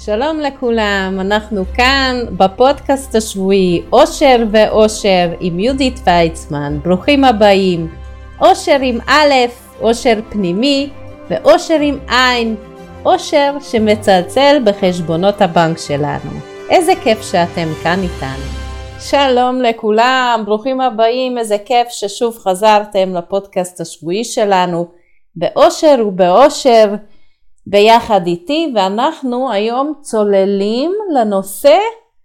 שלום לכולם, אנחנו כאן בפודקאסט השבועי אושר ואושר עם יהודית ויצמן. ברוכים הבאים. אושר עם א', אושר פנימי, ואושר עם עין, אושר שמצלצל בחשבונות הבנק שלנו. איזה כיף שאתם כאן איתנו. שלום לכולם, ברוכים הבאים, איזה כיף ששוב חזרתם לפודקאסט השבועי שלנו באושר ובאושר ביחד איתי, ואנחנו היום צוללים לנושא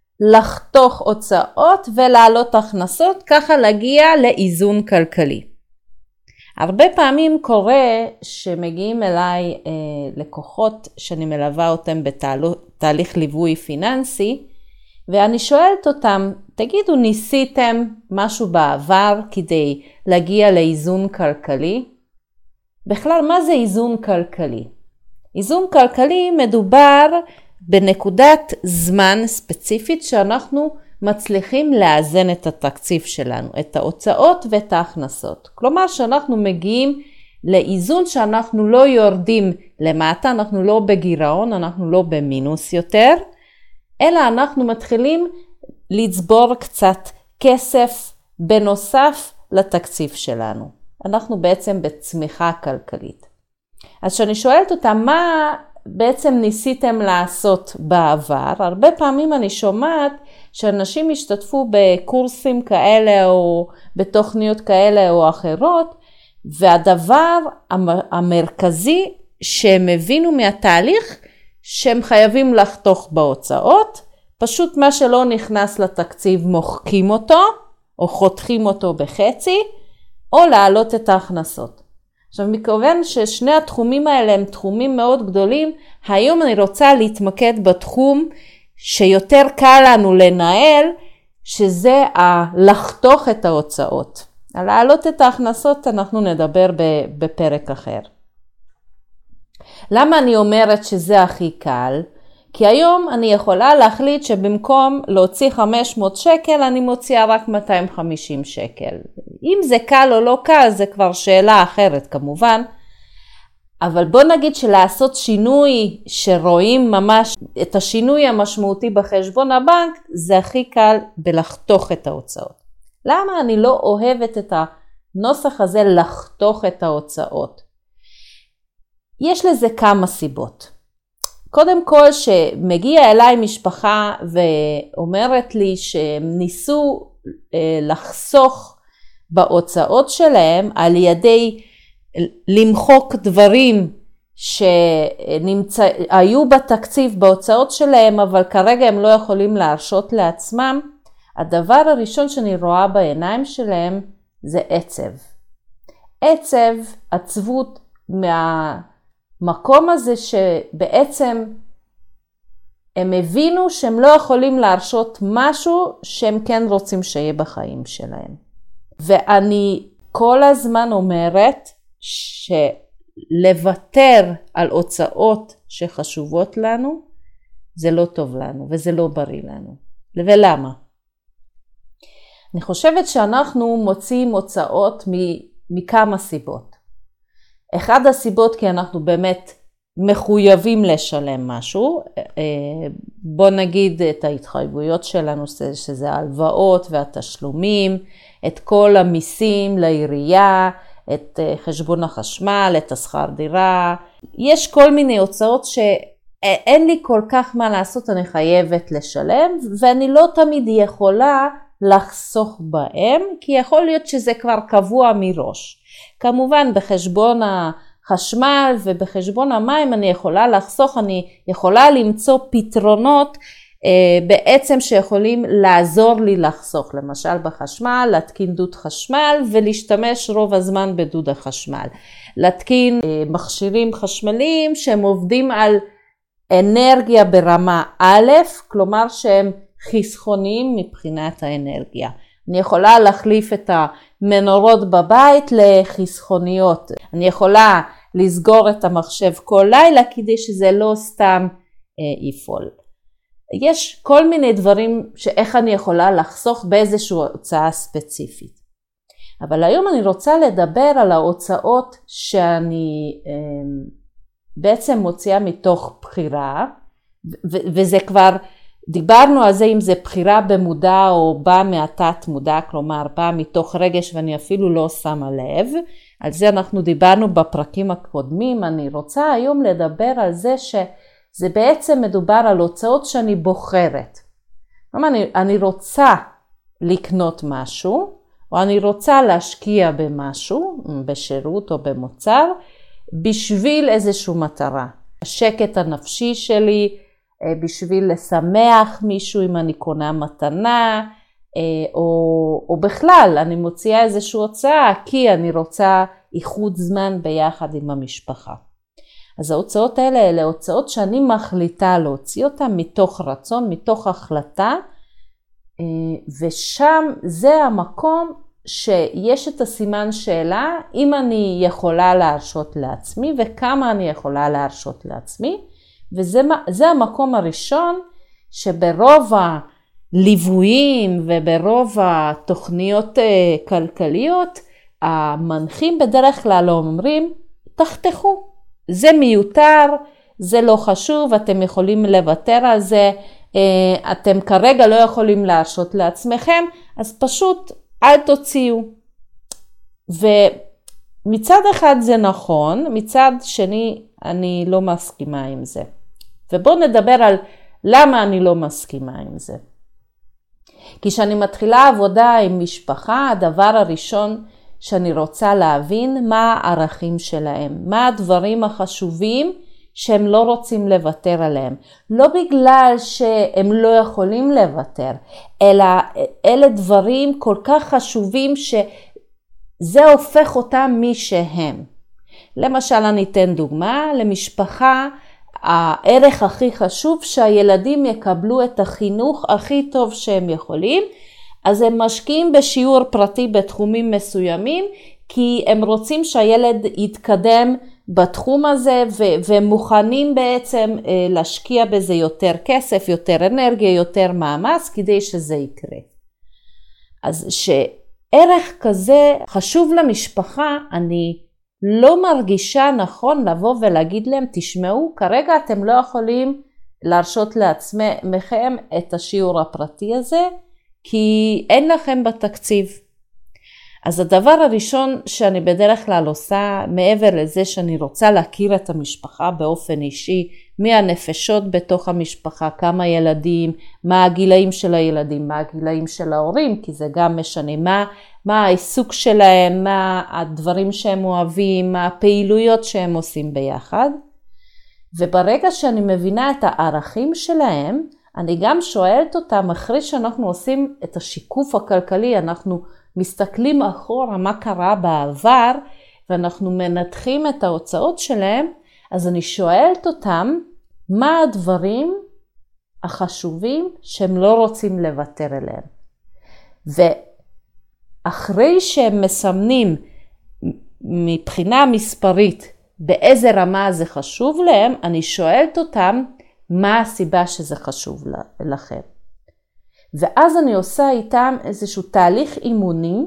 לחתוך הוצאות ולהעלות הכנסות, ככה להגיע לאיזון כלכלי. הרבה פעמים קורה שמגיעים אליי לקוחות שאני מלווה אותם בתהליך ליווי פיננסי, ואני שואלת אותם, תגידו, ניסיתם משהו בעבר כדי להגיע לאיזון כלכלי? בכלל, מה זה איזון כלכלי? איזון כלכלי מדובר בנקודת זמן ספציפית שאנחנו מצליחים לאזן את התקציב שלנו, את ההוצאות ואת ההכנסות. כלומר שאנחנו מגיעים לאיזון שאנחנו לא יורדים למטה, אנחנו לא בגירעון, אנחנו לא במינוס יותר, אלא אנחנו מתחילים לצבור קצת כסף בנוסף לתקציב שלנו. אנחנו בעצם בצמיחה כלכלית. אז כשאני שואלת אותם מה בעצם ניסיתם לעשות בעבר, הרבה פעמים אני שומעת שאנשים השתתפו בקורסים כאלה או בתוכניות כאלה או אחרות, והדבר המרכזי שהם הבינו מהתהליך שהם חייבים לחתוך בהוצאות, פשוט מה שלא נכנס לתקציב מוחקים אותו או חותכים אותו בחצי או להעלות את ההכנסות. עכשיו, מכיוון ששני התחומים האלה הם תחומים מאוד גדולים, היום אני רוצה להתמקד בתחום שיותר קל לנו לנהל, שזה לחתוך את ההוצאות. על להעלות את ההכנסות אנחנו נדבר בפרק אחר. למה אני אומרת שזה הכי קל? כי היום אני יכולה להחליט שבמקום להוציא 500 שקל, אני מוציאה רק 250 שקל. אם זה קל או לא קל, זה כבר שאלה אחרת כמובן. אבל בוא נגיד שלעשות שינוי שרואים ממש את השינוי המשמעותי בחשבון הבנק, זה הכי קל בלחתוך את ההוצאות. למה אני לא אוהבת את הנוסח הזה לחתוך את ההוצאות? יש לזה כמה סיבות. קודם כל, שמגיע אליי משפחה ואומרת לי שהם ניסו לחסוך בהוצאות שלהם על ידי למחוק דברים שהיו בתקציב בהוצאות שלהם, אבל כרגע הם לא יכולים להרשות לעצמם. הדבר הראשון שאני רואה בעיניים שלהם זה עצב. עצב, עצבות מהמקום הזה שבעצם הם הבינו שהם לא יכולים להרשות משהו שהם כן רוצים שיהיה בחיים שלהם. ואני כל הזמן אומרת שלוותר על הוצאות שחשובות לנו, זה לא טוב לנו וזה לא בריא לנו. ולמה? אני חושבת שאנחנו מוצאים הוצאות מכמה סיבות. אחד הסיבות כי אנחנו באמת מחויבים לשלם משהו, בוא נגיד את ההתחייבויות שלנו, שזה ההלוואות והתשלומים, את כל המיסים לעירייה, את חשבון החשמל, את השכר דירה. יש כל מיני הוצאות שאין לי כל כך מה לעשות, אני חייבת לשלם, ואני לא תמיד יכולה לחסוך בהם, כי יכול להיות שזה כבר קבוע מראש. כמובן בחשבון החשמל ובחשבון המים אני יכולה לחסוך, אני יכולה למצוא פתרונות בעצם שיכולים לעזור לי לחסוך. למשל בחשמל, להתקין דוד חשמל ולהשתמש רוב הזמן בדוד החשמל. להתקין מכשירים חשמליים שהם עובדים על אנרגיה ברמה א', כלומר שהם חסכוניים מבחינת האנרגיה. אני יכולה להחליף את המנורות בבית לחסכוניות. אני יכולה לסגור את המחשב כל לילה כדי שזה לא סתם יפעל. יש כל מיני דברים שאיך אני יכולה לחסוך באיזושהי הוצאה ספציפית. אבל היום אני רוצה לדבר על ההוצאות שאני בעצם מוציאה מתוך בחירה, וזה כבר, דיברנו על זה אם זה בחירה במודע או בא מהתת מודע, כלומר בא מתוך רגש ואני אפילו לא שמה לב. על זה אנחנו דיברנו בפרקים הקודמים. אני רוצה היום לדבר על זה שזה בעצם מדובר על הוצאות שאני בוחרת. כלומר, אני רוצה לקנות משהו, או אני רוצה להשקיע במשהו, בשירות או במוצר, בשביל איזושהי מטרה. השקט הנפשי שלי, בשביל לשמח מישהו אם אני קונה מתנה, או בכלל אני מוציאה איזושהי הוצאה, כי אני רוצה איחוד זמן ביחד עם המשפחה. אז ההוצאות האלה, אלה הוצאות שאני מחליטה להוציא אותן מתוך רצון, מתוך החלטה, ושם זה המקום שיש את הסימן שאלה, אם אני יכולה להרשות לעצמי וכמה אני יכולה להרשות לעצמי, וזה המקום הראשון שברוב הליוויים וברוב התוכניות כלכליות, המנחים בדרך כלל אומרים, תחתכו, זה מיותר, זה לא חשוב, אתם יכולים לוותר על זה, אתם כרגע לא יכולים להרשות לעצמכם, אז פשוט אל תוציאו. ומצד אחד זה נכון, מצד שני אני לא מסכימה עם זה. ובואו נדבר על למה אני לא מסכימה עם זה. כי כשאני מתחילה עבודה עם משפחה, הדבר הראשון שאני רוצה להבין מה הערכים שלהם, מה הדברים החשובים שהם לא רוצים לוותר עליהם. לא בגלל שהם לא יכולים לוותר, אלא אלה דברים כל כך חשובים שזה הופך אותם מי שהם. למשל אני אתן דוגמה, למשפחה הערך הכי חשוב שהילדים יקבלו את החינוך הכי טוב שהם יכולים, אז הם משקיעים בשיעור פרטי בתחומים מסוימים, כי הם רוצים שהילד יתקדם בתחום הזה, והם מוכנים בעצם להשקיע בזה יותר כסף, יותר אנרגיה, יותר מאמץ, כדי שזה יקרה. אז שערך כזה חשוב למשפחה, אני לא מרגישה נכון לבוא ולהגיד להם, תשמעו, כרגע אתם לא יכולים להרשות לעצמכם את השיעור הפרטי הזה, כי אין לכם בתקציב. אז הדבר הראשון שאני בדרך כלל עושה, מעבר לזה שאני רוצה להכיר את המשפחה באופן אישי, מי הנפשות בתוך המשפחה, כמה ילדים, מה הגילאים של הילדים, מה הגילאים של ההורים, כי זה גם משנה מה העיסוק שלהם, מה הדברים שהם אוהבים, מה הפעילויות שהם עושים ביחד. וברגע שאני מבינה את הערכים שלהם, אני גם שואלת אותם, אחרי שאנחנו עושים את השיקוף הכלכלי, אנחנו מסתכלים אחורה מה קרה בעבר, ואנחנו מנתחים את ההוצאות שלהם, אז אני שואלת אותם, מה הדברים החשובים שהם לא רוצים לוותר עליהם. ואחרי שהם מסמנים מבחינה מספרית, באיזה רמה זה חשוב להם, אני שואלת אותם, מה הסיבה שזה חשוב לכם. ואז אני עושה איתם איזשהו תהליך אימוני,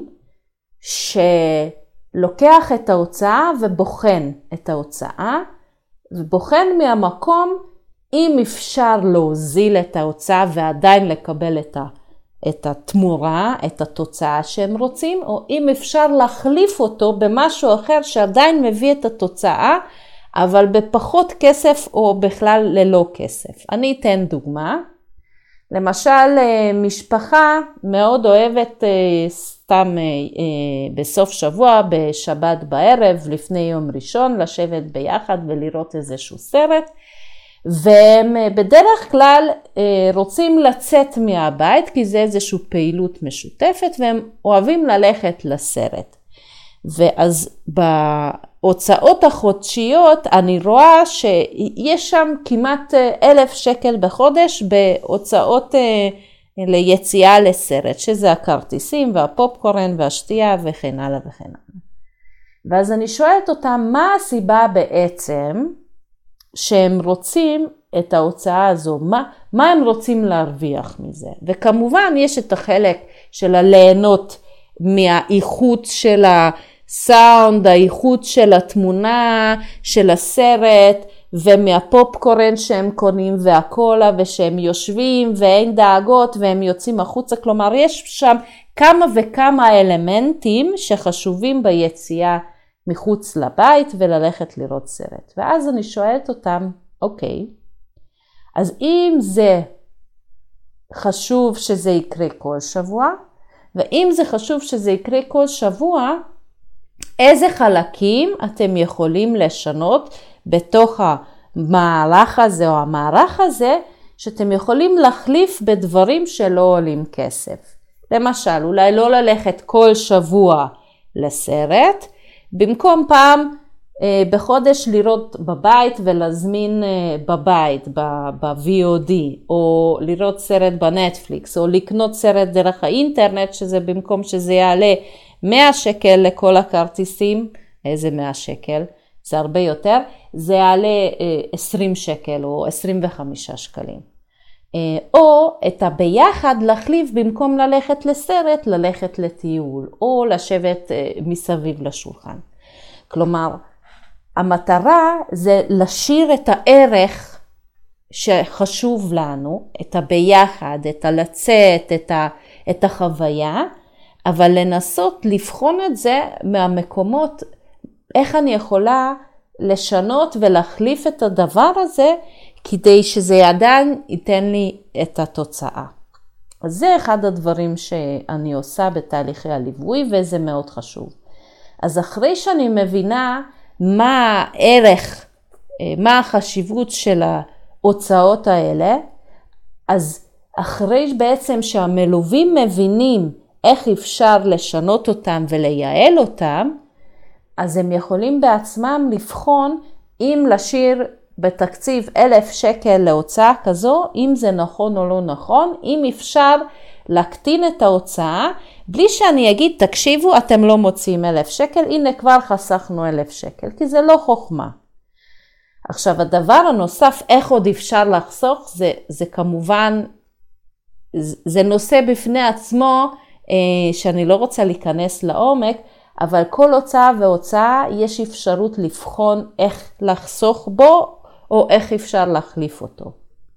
שלוקח את ההוצאה ובוחן את ההוצאה, ובוחן מהמקום אם אפשר להוזיל את ההוצאה ועדיין לקבל את התמורה, את התוצאה שהם רוצים, או אם אפשר להחליף אותו במשהו אחר שעדיין מביא את התוצאה, אבל בפחות כסף או בכלל ללא כסף. אני אתן דוגמה. למשל, משפחה מאוד אוהבת סתם בסוף שבוע, בשבת בערב, לפני יום ראשון, לשבת ביחד ולראות איזשהו סרט. והם בדרך כלל רוצים לצאת מהבית, כי זה איזושהי פעילות משותפת, והם אוהבים ללכת לסרט. ואז בהוצאות החודשיות אני רואה שיש שם כמעט 1,000 שקל בחודש בהוצאות ליציאה לסרט, שזה הכרטיסים והפופקורן והשתייה וכן הלאה וכן הלאה. ואז אני שואלת אותם, מה הסיבה בעצם שהם רוצים את ההוצאה הזו? מה הם רוצים להרוויח מזה? וכמובן יש את החלק של הליהנות מהאיכות של הסאונד, האיכות של התמונה, של הסרט, ומהפופקורן שהם קונים והקולה, ושהם יושבים ואין דאגות והם יוצאים החוצה. כלומר, יש שם כמה וכמה אלמנטים שחשובים ביציאה מחוץ לבית וללכת לראות סרט. ואז אני שואלת אותם, אוקיי, אז אם זה חשוב שזה יקרה כל שבוע, ואם זה חשוב שזה יקרה כל שבוע, איזה חלקים אתם יכולים לשנות בתוך המהלך הזה או המערך הזה, שאתם יכולים להחליף בדברים שלא עולים כסף. למשל, אולי לא ללכת כל שבוע לסרט, במקום פעם בחודש לראות בבית ולהזמין בבית, ב-VOD, או לראות סרט בנטפליקס, או לקנות סרט דרך האינטרנט, שזה במקום שזה יעלה 100 שקל לכל הכרטיסים, איזה 100 שקל? זה הרבה יותר, זה יעלה 20 שקל או 25 שקלים. או את הביחד להחליף במקום ללכת לסרט, ללכת לטיול, או לשבת מסביב לשולחן. כלומר, המטרה זה לשיר את הערך שחשוב לנו, את הביחד, את הלצאת, את החוויה, אבל לנסות לבחון את זה מהמקומות, איך אני יכולה לשנות ולהחליף את הדבר הזה, כדי שזה עדיין ייתן לי את התוצאה. אז זה אחד הדברים שאני עושה בתהליכי הליווי, וזה מאוד חשוב. אז אחרי שאני מבינה מה הערך, מה החשיבות של ההוצאות האלה, אז אחרי בעצם שהמלווים מבינים איך אפשר לשנות אותם ולייעל אותם, אז הם יכולים בעצמם לבחון אם לשיר בתקציב 1,000 שקל להוצאה כזו, אם זה נכון או לא נכון, אם אפשר להקטין את ההוצאה, בלי שאני אגיד, תקשיבו, אתם לא מוצאים 1,000 שקל, הנה כבר חסכנו 1,000 שקל, כי זה לא חוכמה. עכשיו, הדבר הנוסף, איך עוד אפשר לחסוך, זה כמובן, זה נושא בפני עצמו, שאני לא רוצה להיכנס לעומק, אבל כל הוצאה והוצאה יש אפשרות לבחון איך לחסוך בו, או איך אפשר להחליף אותו.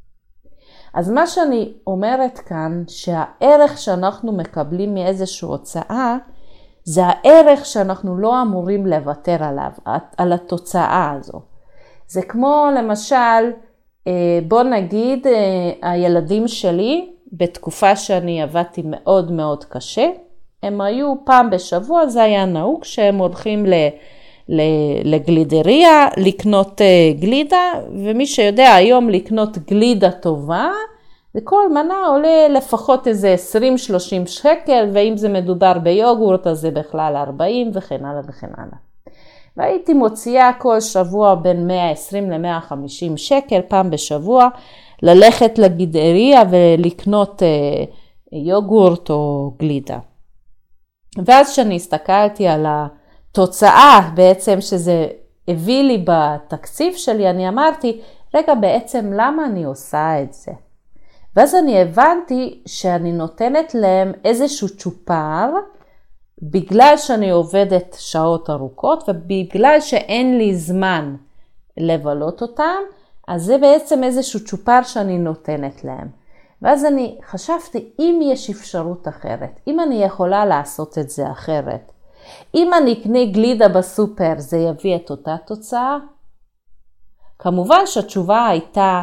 אז מה שאני אומרת כאן, שהערך שאנחנו מקבלים מאיזושהי הוצאה, זה הערך שאנחנו לא אמורים לוותר עליו, על התוצאה הזו. זה כמו למשל, בוא נגיד, הילדים שלי, בתקופה שאני עבדתי מאוד מאוד קשה, הם היו פעם בשבוע, זה היה נהוג שהם הולכים לגלידריה, לקנות גלידה, ומי שיודע היום לקנות גלידה טובה, וכל מנה עולה לפחות איזה 20-30 שקל, ואם זה מדובר ביוגורט, אז זה בכלל 40 וכן הלאה וכן הלאה. והייתי מוציאה כל שבוע בין 120 ל-150 שקל פעם בשבוע, ללכת לגלידריה ולקנות יוגורט או גלידה. ואז כשאני הסתכלתי על התוצאה בעצם שזה הביא לי בתקציב שלי, אני אמרתי, רגע בעצם למה אני עושה את זה? ואז אני הבנתי שאני נותנת להם איזשהו צ'ופר, בגלל שאני עובדת שעות ארוכות, ובגלל שאין לי זמן לבלות אותם, אז זה בעצם איזשהו צ'ופר שאני נותנת להם. ואז אני חשבתי, אם יש אפשרות אחרת, אם אני יכולה לעשות את זה אחרת, אם אני אקנה גלידה בסופר, זה יביא את אותה תוצאה? כמובן שהתשובה הייתה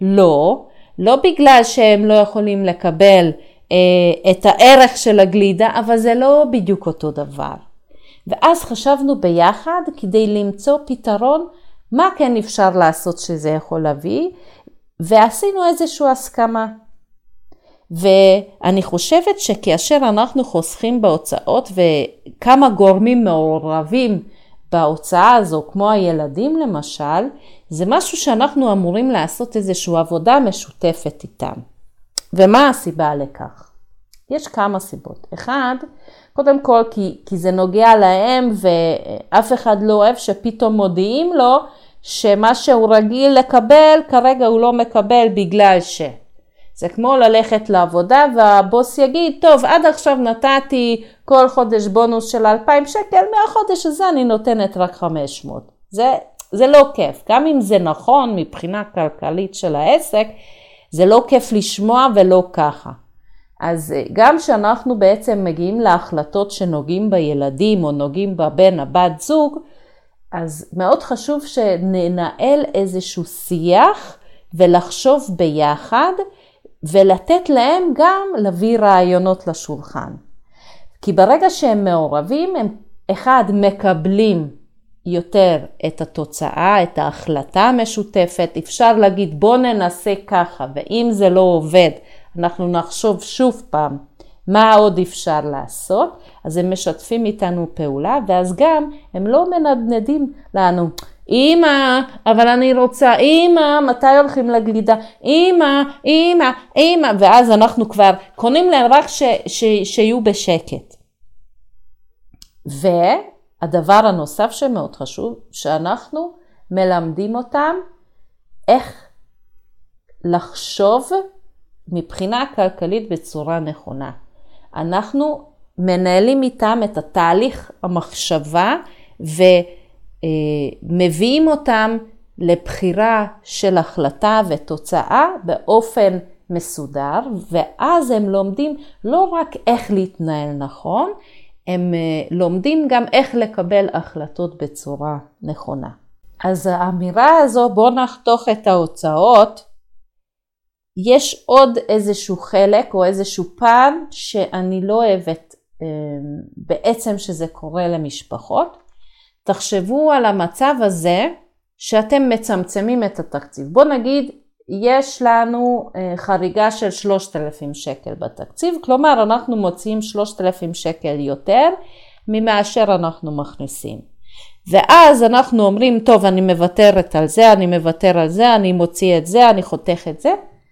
לא בגלל שהם לא יכולים לקבל את הערך של הגלידה, אבל זה לא בדיוק אותו דבר. ואז חשבנו ביחד כדי למצוא פתרון, מה כן אפשר לעשות שזה יכול להביא, ועשינו איזושהי הסכמה. ואני חושבת שכאשר אנחנו חוסכים בהוצאות וכמה גורמים מעורבים בהוצאה הזו, כמו הילדים למשל, זה משהו שאנחנו אמורים לעשות איזושהי עבודה משותפת איתם. ומה הסיבה לכך? יש כמה סיבות. אחד, קודם כל כי זה נוגע להם ואף אחד לא אוהב שפתאום מודיעים לו שמה שהוא רגיל לקבל כרגע הוא לא מקבל בגלל ש. זה כמו ללכת לעבודה והבוס יגיד, טוב, עד עכשיו נתתי כל חודש בונוס של 2,000 שקל, מהחודש הזה אני נותנת רק 500. זה לא כיף. גם אם זה נכון מבחינה כלכלית של העסק, זה לא כיף לשמוע ולא ככה. אז גם שאנחנו בעצם מגיעים להחלטות שנוגעים בילדים או נוגעים בבן הבת זוג, אז מאוד חשוב שננהל איזשהו שיח ולחשוב ביחד ולתת להם גם להביא רעיונות לשולחן. כי ברגע שהם מעורבים, הם אחד מקבלים יותר את התוצאה, את ההחלטה המשותפת. אפשר להגיד בוא ננסה ככה, ואם זה לא עובד, אנחנו נחשוב שוב פעם מה עוד אפשר לעשות. אז הם משתפים איתנו פעולה, ואז גם הם לא מנדנדים לנו. אמא, אבל אני רוצה, אמא, מתי הולכים לגלידה? אמא, אמא, אמא, ואז אנחנו כבר קונים להם רק שיהיו בשקט. והדבר הנוסף שמאוד חשוב, שאנחנו מלמדים אותם איך לחשוב מבחינה כלכלית בצורה נכונה. אנחנו מנהלים איתם את התהליך המחשבה ומביאים אותם לבחירה של החלטה ותוצאה באופן מסודר, ואז הם לומדים לא רק איך להתנהל נכון, הם לומדים גם איך לקבל החלטות בצורה נכונה. אז האמירה הזו, בוא נחתוך את ההוצאות, יש עוד איזשהו חלק או איזשהו פן שאני לא אוהבת בעצם שזה קורה למשפחות. תחשבו על המצב הזה שאתם מצמצמים את התקציב. בוא נגיד יש לנו חריגה של 3,000 שקל בתקציב, כלומר אנחנו מוציאים 3,000 שקל יותר ממאשר אנחנו מכניסים. ואז אנחנו אומרים טוב אני מוותרת על זה, אני מוותר על זה, אני מוציא את זה, אני חותך את זה.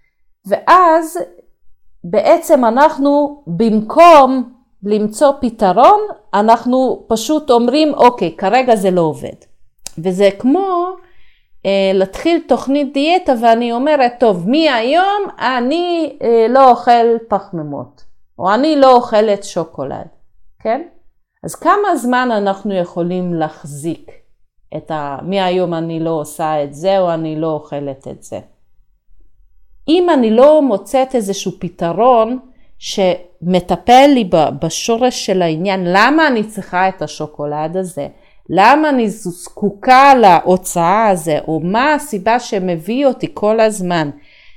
ואז בעצם אנחנו במקום למצוא פתרון, אנחנו פשוט אומרים אוקיי, כרגע זה לא עובד. וזה כמו להתחיל תוכנית דיאטה ואני אומרת טוב, מהיום אני לא אוכל פחמימות, או אני לא אוכלת שוקולד, כן? אז כמה זמן אנחנו יכולים להחזיק מהיום אני לא עושה את זה, או אני לא אוכלת את זה? אם אני לא מוצאת איזשהו פתרון שמטפל לי בשורש של העניין, למה אני צריכה את השוקולד הזה? למה אני זקוקה להוצאה הזה? או מה הסיבה שמביא אותי כל הזמן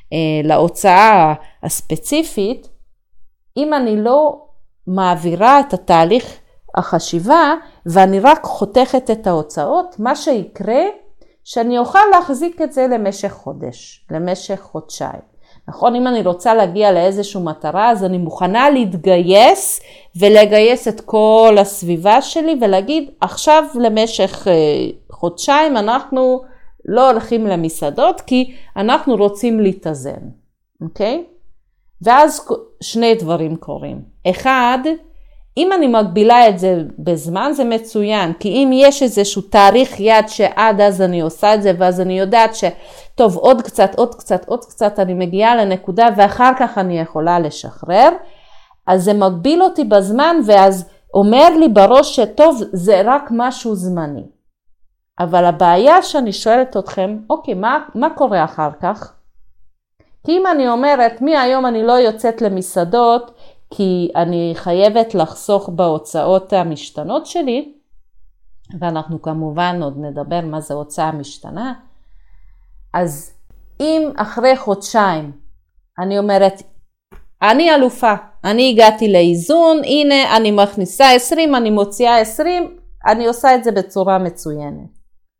להוצאה הספציפית? אם אני לא מעבירה את התהליך החשיבה ואני רק חותכת את ההוצאות, מה שיקרה שאני אוכל להחזיק את זה למשך חודש, למשך חודשיים. נכון, אם אני רוצה להגיע לאיזושהי מטרה, אז אני מוכנה להתגייס ולגייס את כל הסביבה שלי ולהגיד, עכשיו למשך חודשיים אנחנו לא הולכים למסעדות כי אנחנו רוצים להתאזן, אוקיי? ואז שני דברים קורים. אחד, אם אני מגבילה את זה בזמן זה מצוין, כי אם יש איזשהו תאריך יד שעד אז אני עושה את זה, ואז אני יודעת שטוב עוד קצת אני מגיעה לנקודה ואחר כך אני יכולה לשחרר, אז זה מגביל אותי בזמן ואז אומר לי בראש שטוב זה רק משהו זמני. אבל הבעיה שאני שואלת אתכם, אוקיי, מה קורה אחר כך? כי אם אני אומרת מהיום אני לא יוצאת למסעדות, כי אני חייבת לחסוך בהוצאות המשתנות שלי, ואנחנו כמובן עוד נדבר מה זה הוצאה משתנה, אז אם אחרי חודשיים אני אומרת, אני אלופה, אני הגעתי לאיזון, הנה אני מכניסה 20, אני מוציאה 20, אני עושה את זה בצורה מצוינת.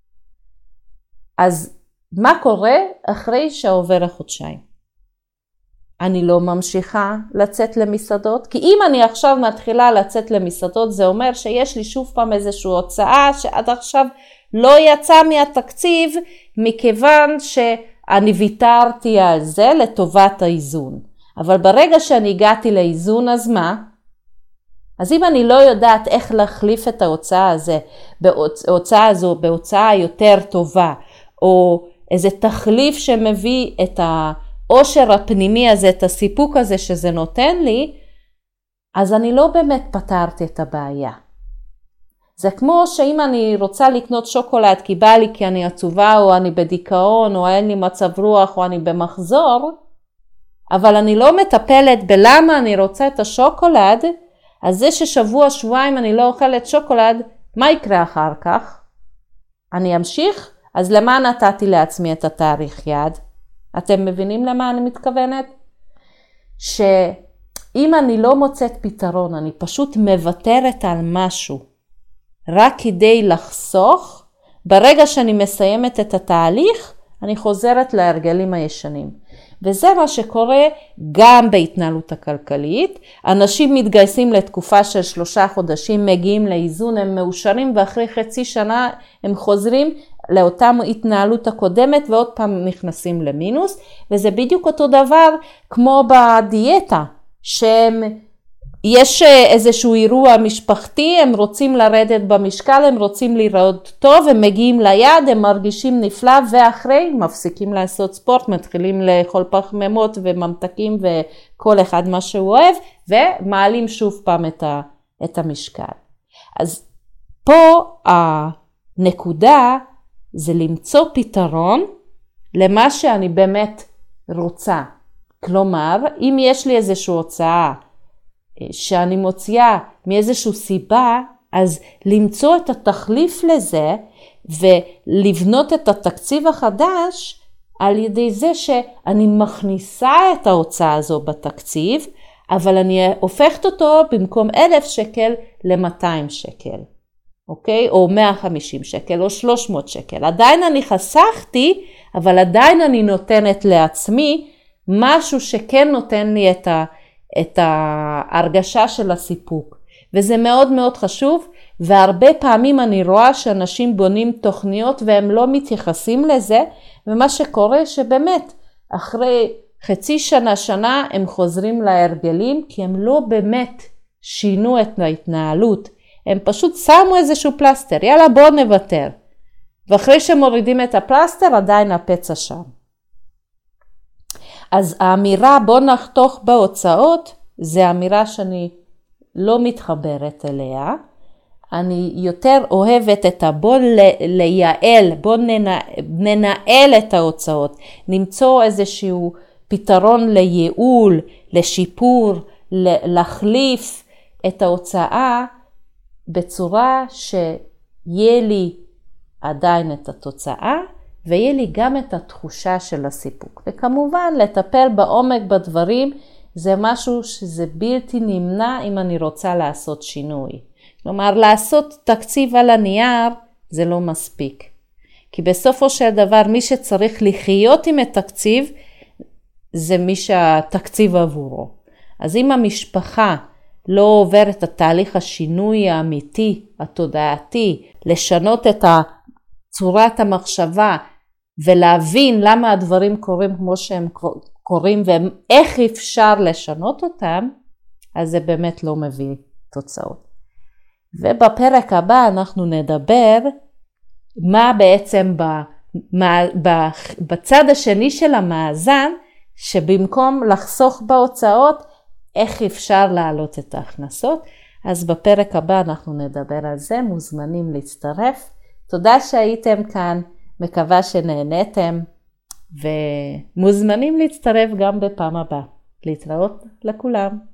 אז מה קורה אחרי שעובר החודשיים? אני לא ממשיכה לצאת למסעדות, כי אם אני עכשיו מתחילה לצאת למסעדות, זה אומר שיש לי שוב פעם איזושהי הוצאה שעד עכשיו לא יצא מהתקציב, מכיוון שאני ויתרתי על זה לטובת האיזון. אבל ברגע שאני הגעתי לאיזון, אז מה? אז אם אני לא יודעת איך להחליף את ההוצאה הזו בהוצאה יותר טובה, או איזה תחליף שמביא את העושר הפנימי הזה, את הסיפוק הזה שזה נותן לי, אז אני לא באמת פתרתי את הבעיה. זה כמו שאם אני רוצה לקנות שוקולד כי בא לי כי אני עצובה או אני בדיכאון או אין לי מצב רוח או אני במחזור, אבל אני לא מטפלת בלמה אני רוצה את השוקולד, אז זה ששבוע שבועיים אני לא אוכלת שוקולד, מה יקרה אחר כך? אני אמשיך? אז למה נתתי לעצמי את התאריך יד? אתם מבינים למה אני מתכוונת? שאם אני לא מוצאת פתרון, אני פשוט מוותרת על משהו, רק כדי לחסוך, ברגע שאני מסיימת את התהליך, אני חוזרת להרגלים הישנים. וזה מה שקורה גם בהתנהלות הכלכלית. אנשים מתגייסים לתקופה של 3 חודשים, מגיעים לאיזון, הם מאושרים, ואחרי חצי שנה הם חוזרים לאותה התנהלות הקודמת, ועוד פעם נכנסים למינוס. וזה בדיוק אותו דבר כמו בדיאטה, יש איזשהו אירוע משפחתי, הם רוצים לרדת במשקל, הם רוצים לראות טוב, הם מגיעים ליד, הם מרגישים נפלא, ואחרי מפסיקים לעשות ספורט, מתחילים לאכול פחמימות וממתקים וכל אחד מה שהוא אוהב, ומעלים שוב פעם את המשקל. אז פה הנקודה זה למצוא פתרון למה שאני באמת רוצה. כלומר, אם יש לי איזושהי הוצאה, שאני מוציאה מאיזושהי סיבה, אז למצוא את התחליף לזה, ולבנות את התקציב החדש, על ידי זה שאני מכניסה את ההוצאה הזו בתקציב, אבל אני הופכת אותו במקום 1,000 שקל ל-200 שקל. אוקיי? או 150 שקל או 300 שקל. עדיין אני חסכתי, אבל עדיין אני נותנת לעצמי משהו שכן נותן לי את ההרגשה של הסיפוק. וזה מאוד מאוד חשוב, והרבה פעמים אני רואה שאנשים בונים תוכניות והם לא מתייחסים לזה, ומה שקורה שבאמת אחרי חצי שנה הם חוזרים להרגלים, כי הם לא באמת שינו את ההתנהלות. הם פשוט שמו איזשהו פלסטר, יאללה בוא נוותר. ואחרי שמורידים את הפלסטר עדיין הפצע שם. אז האמירה בוא נחתוך בהוצאות, זה אמירה שאני לא מתחברת אליה. אני יותר אוהבת את בוא לייעל, בוא ננהל את ההוצאות. נמצוא איזשהו פתרון לייעול, לשיפור, להחליף את ההוצאה, בצורה שיהיה לי עדיין את התוצאה, ויהיה לי גם את התחושה של הסיפוק. וכמובן, לטפל בעומק בדברים, זה משהו שזה בלתי נמנע אם אני רוצה לעשות שינוי. כלומר, לעשות תקציב על הנייר, זה לא מספיק. כי בסופו של דבר, מי שצריך לחיות עם התקציב, זה מי שהתקציב עבורו. אז אם המשפחה לא עובר את התהליך השינוי האמיתי, התודעתי, לשנות את צורת המחשבה, ולהבין למה הדברים קורים כמו שהם קורים, ואיך אפשר לשנות אותם, אז זה באמת לא מביא תוצאות. ובפרק הבא אנחנו נדבר מה בעצם בצד השני של המאזן, שבמקום לחסוך בהוצאות, איך אפשר להעלות את ההכנסות. אז בפרק הבא אנחנו נדבר על זה, מוזמנים להצטרף. תודה שהייתם כאן, מקווה שנהנתם, ומוזמנים להצטרף גם בפעם הבאה. להתראות לכולם.